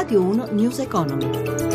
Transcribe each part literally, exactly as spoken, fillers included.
Radio uno News Economy.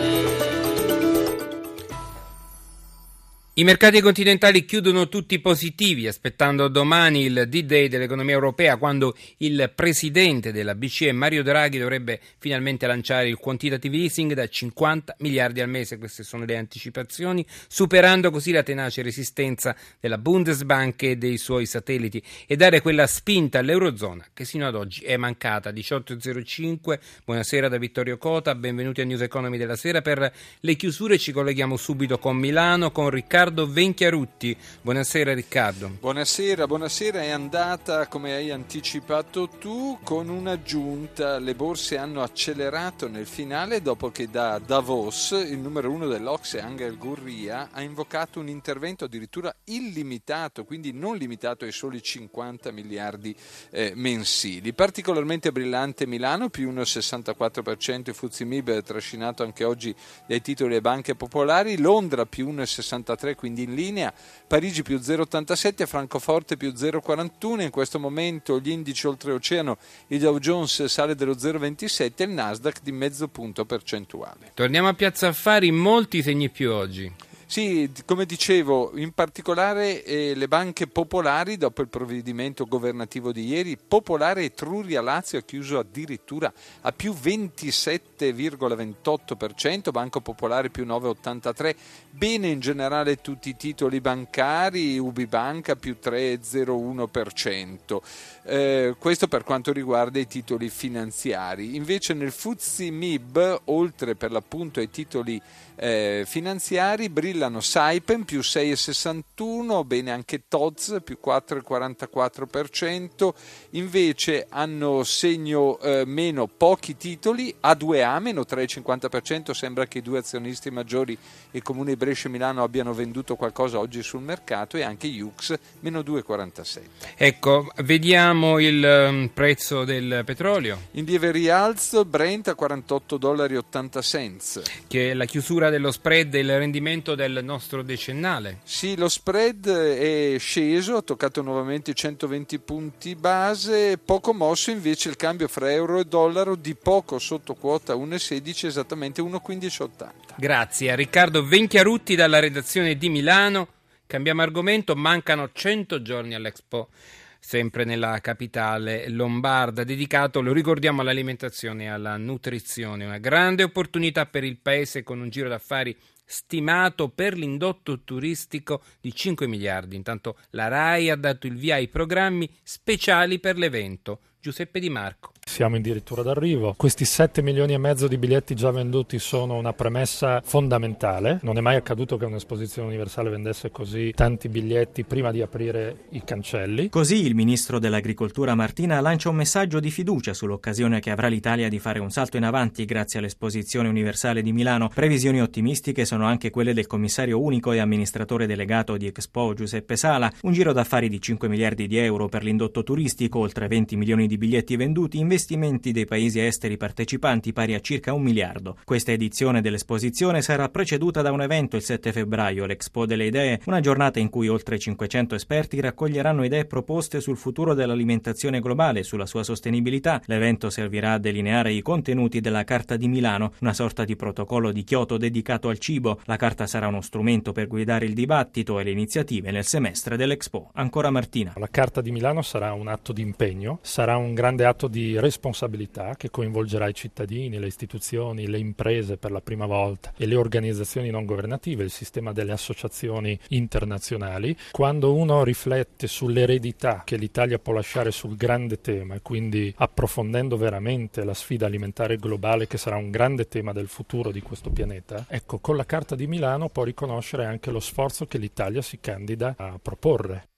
I mercati continentali chiudono tutti positivi, aspettando domani il D-Day dell'economia europea, quando il presidente della B C E, Mario Draghi, dovrebbe finalmente lanciare il quantitative easing da cinquanta miliardi al mese. Queste sono le anticipazioni, superando così la tenace resistenza della Bundesbank e dei suoi satelliti e dare quella spinta all'Eurozona che sino ad oggi è mancata. diciotto e zero cinque, buonasera da Vittorio Cota, benvenuti a News Economy della sera. Per le chiusure ci colleghiamo subito con Milano, con Riccardo Venchiarutti. Buonasera Riccardo. Buonasera, buonasera. È andata, come hai anticipato tu, con un'aggiunta. Le borse hanno accelerato nel finale dopo che da Davos il numero uno dell'Ocse, Angel Gurria, ha invocato un intervento addirittura illimitato, quindi non limitato ai soli cinquanta miliardi eh, mensili. Particolarmente brillante Milano, più uno virgola sessantaquattro per cento, il F T S E M I B trascinato anche oggi dai titoli e banche popolari, Londra più uno virgola sessantatré, quindi in linea, Parigi più zero virgola ottantasette, Francoforte più zero virgola quarantuno, in questo momento gli indici oltreoceano, il Dow Jones sale dello zero virgola ventisette e il Nasdaq di mezzo punto percentuale. Torniamo a Piazza Affari, molti segni più oggi. Sì, come dicevo, in particolare eh, le banche popolari, dopo il provvedimento governativo di ieri, Popolare Etruria Lazio ha chiuso addirittura a più ventisette virgola ventotto per cento, Banco Popolare più nove virgola ottantatré, bene in generale tutti i titoli bancari, Ubibanca più tre virgola zero uno per cento. Eh, questo per quanto riguarda i titoli finanziari. Invece nel F T S E M I B, oltre per l'appunto ai titoli eh, finanziari, brillano Saipem più sei virgola sessantuno, bene anche T O Z più quattro virgola quarantaquattro per cento. Invece hanno segno eh, meno pochi titoli, A due A meno tre virgola cinquanta per cento, sembra che i due azionisti maggiori, il Comune di Brescia e Milano, abbiano venduto qualcosa oggi sul mercato, e anche Iux meno due virgola quarantasette. Ecco, vediamo il um, prezzo del petrolio. In lieve rialzo Brent a quarantotto dollari e ottanta cents. Che è la chiusura dello spread e il rendimento del nostro decennale. Sì, lo spread è sceso, ha toccato nuovamente i centoventi punti base, poco mosso invece il cambio fra euro e dollaro, di poco sotto quota uno virgola sedici, esattamente uno virgola quindici ottanta. Grazie a Riccardo Venchiarutti dalla redazione di Milano. Cambiamo argomento, mancano cento giorni all'Expo, sempre nella capitale lombarda, dedicato, lo ricordiamo, all'alimentazione e alla nutrizione. Una grande opportunità per il paese, con un giro d'affari stimato per l'indotto turistico di cinque miliardi. Intanto la RAI ha dato il via ai programmi speciali per l'evento. Giuseppe Di Marco. Siamo addirittura d'arrivo. Questi sette milioni e mezzo di biglietti già venduti sono una premessa fondamentale. Non è mai accaduto che un'esposizione universale vendesse così tanti biglietti prima di aprire i cancelli. Così il ministro dell'Agricoltura Martina lancia un messaggio di fiducia sull'occasione che avrà l'Italia di fare un salto in avanti grazie all'esposizione universale di Milano. Previsioni ottimistiche sono anche quelle del commissario unico e amministratore delegato di Expo Giuseppe Sala. Un giro d'affari di cinque miliardi di euro per l'indotto turistico, oltre venti milioni di biglietti venduti, investimenti dei paesi esteri partecipanti pari a circa un miliardo. Questa edizione dell'esposizione sarà preceduta da un evento il sette febbraio, l'Expo delle Idee, una giornata in cui oltre cinquecento esperti raccoglieranno idee proposte sul futuro dell'alimentazione globale e sulla sua sostenibilità. L'evento servirà a delineare i contenuti della Carta di Milano, una sorta di protocollo di Kyoto dedicato al cibo. La carta sarà uno strumento per guidare il dibattito e le iniziative nel semestre dell'Expo. Ancora Martina. La Carta di Milano sarà un atto di impegno, sarà un grande atto di responsabilità che coinvolgerà i cittadini, le istituzioni, le imprese per la prima volta e le organizzazioni non governative, il sistema delle associazioni internazionali. Quando uno riflette sull'eredità che l'Italia può lasciare sul grande tema, e quindi approfondendo veramente la sfida alimentare globale, che sarà un grande tema del futuro di questo pianeta, ecco, con la Carta di Milano può riconoscere anche lo sforzo che l'Italia si candida a proporre.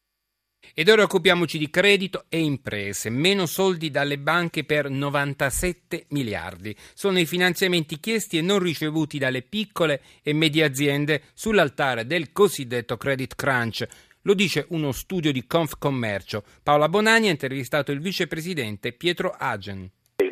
Ed ora occupiamoci di credito e imprese. Meno soldi dalle banche per novantasette miliardi. Sono i finanziamenti chiesti e non ricevuti dalle piccole e medie aziende sull'altare del cosiddetto credit crunch. Lo dice uno studio di Confcommercio. Paola Bonani ha intervistato il vicepresidente Pietro Agen. Il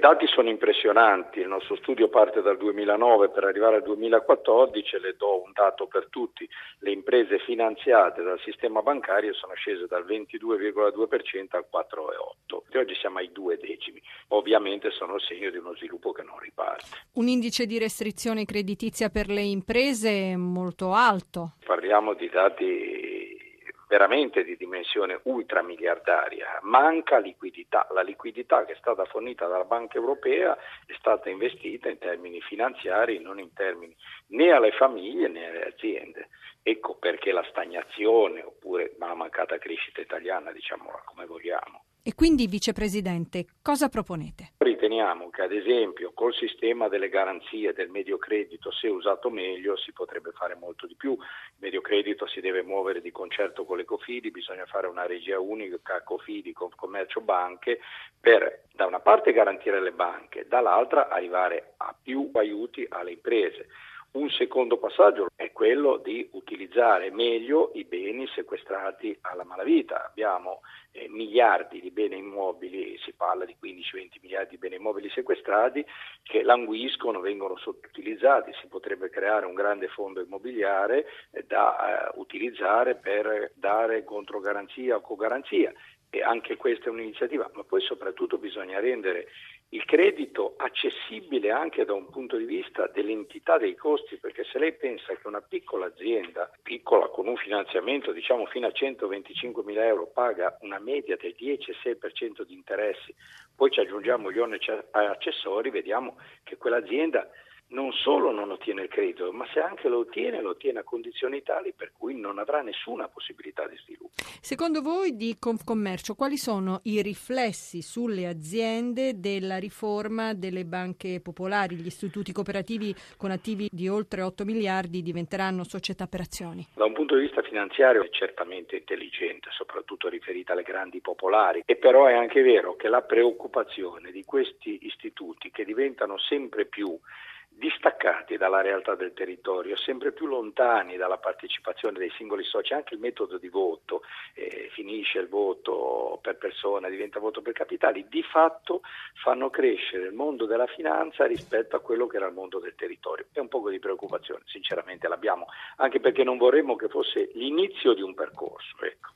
dati sono impressionanti, il nostro studio parte dal duemilanove per arrivare al duemilaquattordici, le do un dato per tutti: le imprese finanziate dal sistema bancario sono scese dal ventidue virgola due per cento al quattro virgola otto per cento, e oggi siamo ai due decimi. Ovviamente sono segno di uno sviluppo che non riparte. Un indice di restrizione creditizia per le imprese molto alto. Parliamo di dati veramente di dimensione ultramiliardaria. Manca liquidità. La liquidità che è stata fornita dalla Banca Europea è stata investita in termini finanziari, non in termini né alle famiglie né alle aziende. Ecco perché la stagnazione oppure la mancata crescita italiana, diciamola come vogliamo. E quindi, Vicepresidente, cosa proponete? Riteniamo che ad esempio col sistema delle garanzie del medio credito, se usato meglio, si potrebbe fare molto di più. Il medio credito si deve muovere di concerto con le Cofidi, bisogna fare una regia unica Cofidi con Commercio Banche per da una parte garantire le banche, dall'altra arrivare a più aiuti alle imprese. Un secondo passaggio è quello di utilizzare meglio i beni sequestrati alla malavita. Abbiamo eh, miliardi di beni immobili, si parla di quindici venti miliardi di beni immobili sequestrati che languiscono, vengono sottoutilizzati. Si potrebbe creare un grande fondo immobiliare eh, da eh, utilizzare per dare controgaranzia o cogaranzia. E anche questa è un'iniziativa, ma poi soprattutto bisogna rendere il credito accessibile anche da un punto di vista dell'entità dei costi, perché se lei pensa che una piccola azienda, piccola con un finanziamento diciamo fino a centoventicinquemila euro, paga una media del dieci virgola sei per cento di interessi, poi ci aggiungiamo gli oneri accessori, vediamo che quell'azienda non solo non ottiene il credito, ma se anche lo ottiene, lo ottiene a condizioni tali per cui non avrà nessuna possibilità di sviluppo. Secondo voi di Confcommercio, quali sono i riflessi sulle aziende della riforma delle banche popolari? Gli istituti cooperativi con attivi di oltre otto miliardi diventeranno società per azioni. Da un punto di vista finanziario è certamente intelligente, soprattutto riferita alle grandi popolari, e però è anche vero che la preoccupazione di questi istituti che diventano sempre più distaccati dalla realtà del territorio, sempre più lontani dalla partecipazione dei singoli soci, anche il metodo di voto, eh, finisce il voto per persona, diventa voto per capitali, di fatto fanno crescere il mondo della finanza rispetto a quello che era il mondo del territorio. È un poco di preoccupazione, sinceramente l'abbiamo, anche perché non vorremmo che fosse l'inizio di un percorso, ecco.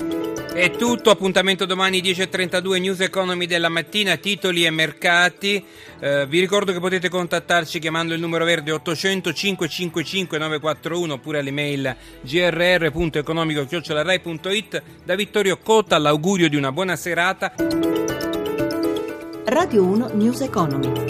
È tutto, appuntamento domani dieci e trentadue, News Economy della mattina, titoli e mercati. Eh, vi ricordo che potete contattarci chiamando il numero verde ottocento cinquecentocinquantacinque novecentoquarantuno oppure all'email grr punto economico chiocciola rai punto it. Da Vittorio Cota l'augurio di una buona serata. Radio uno News Economy.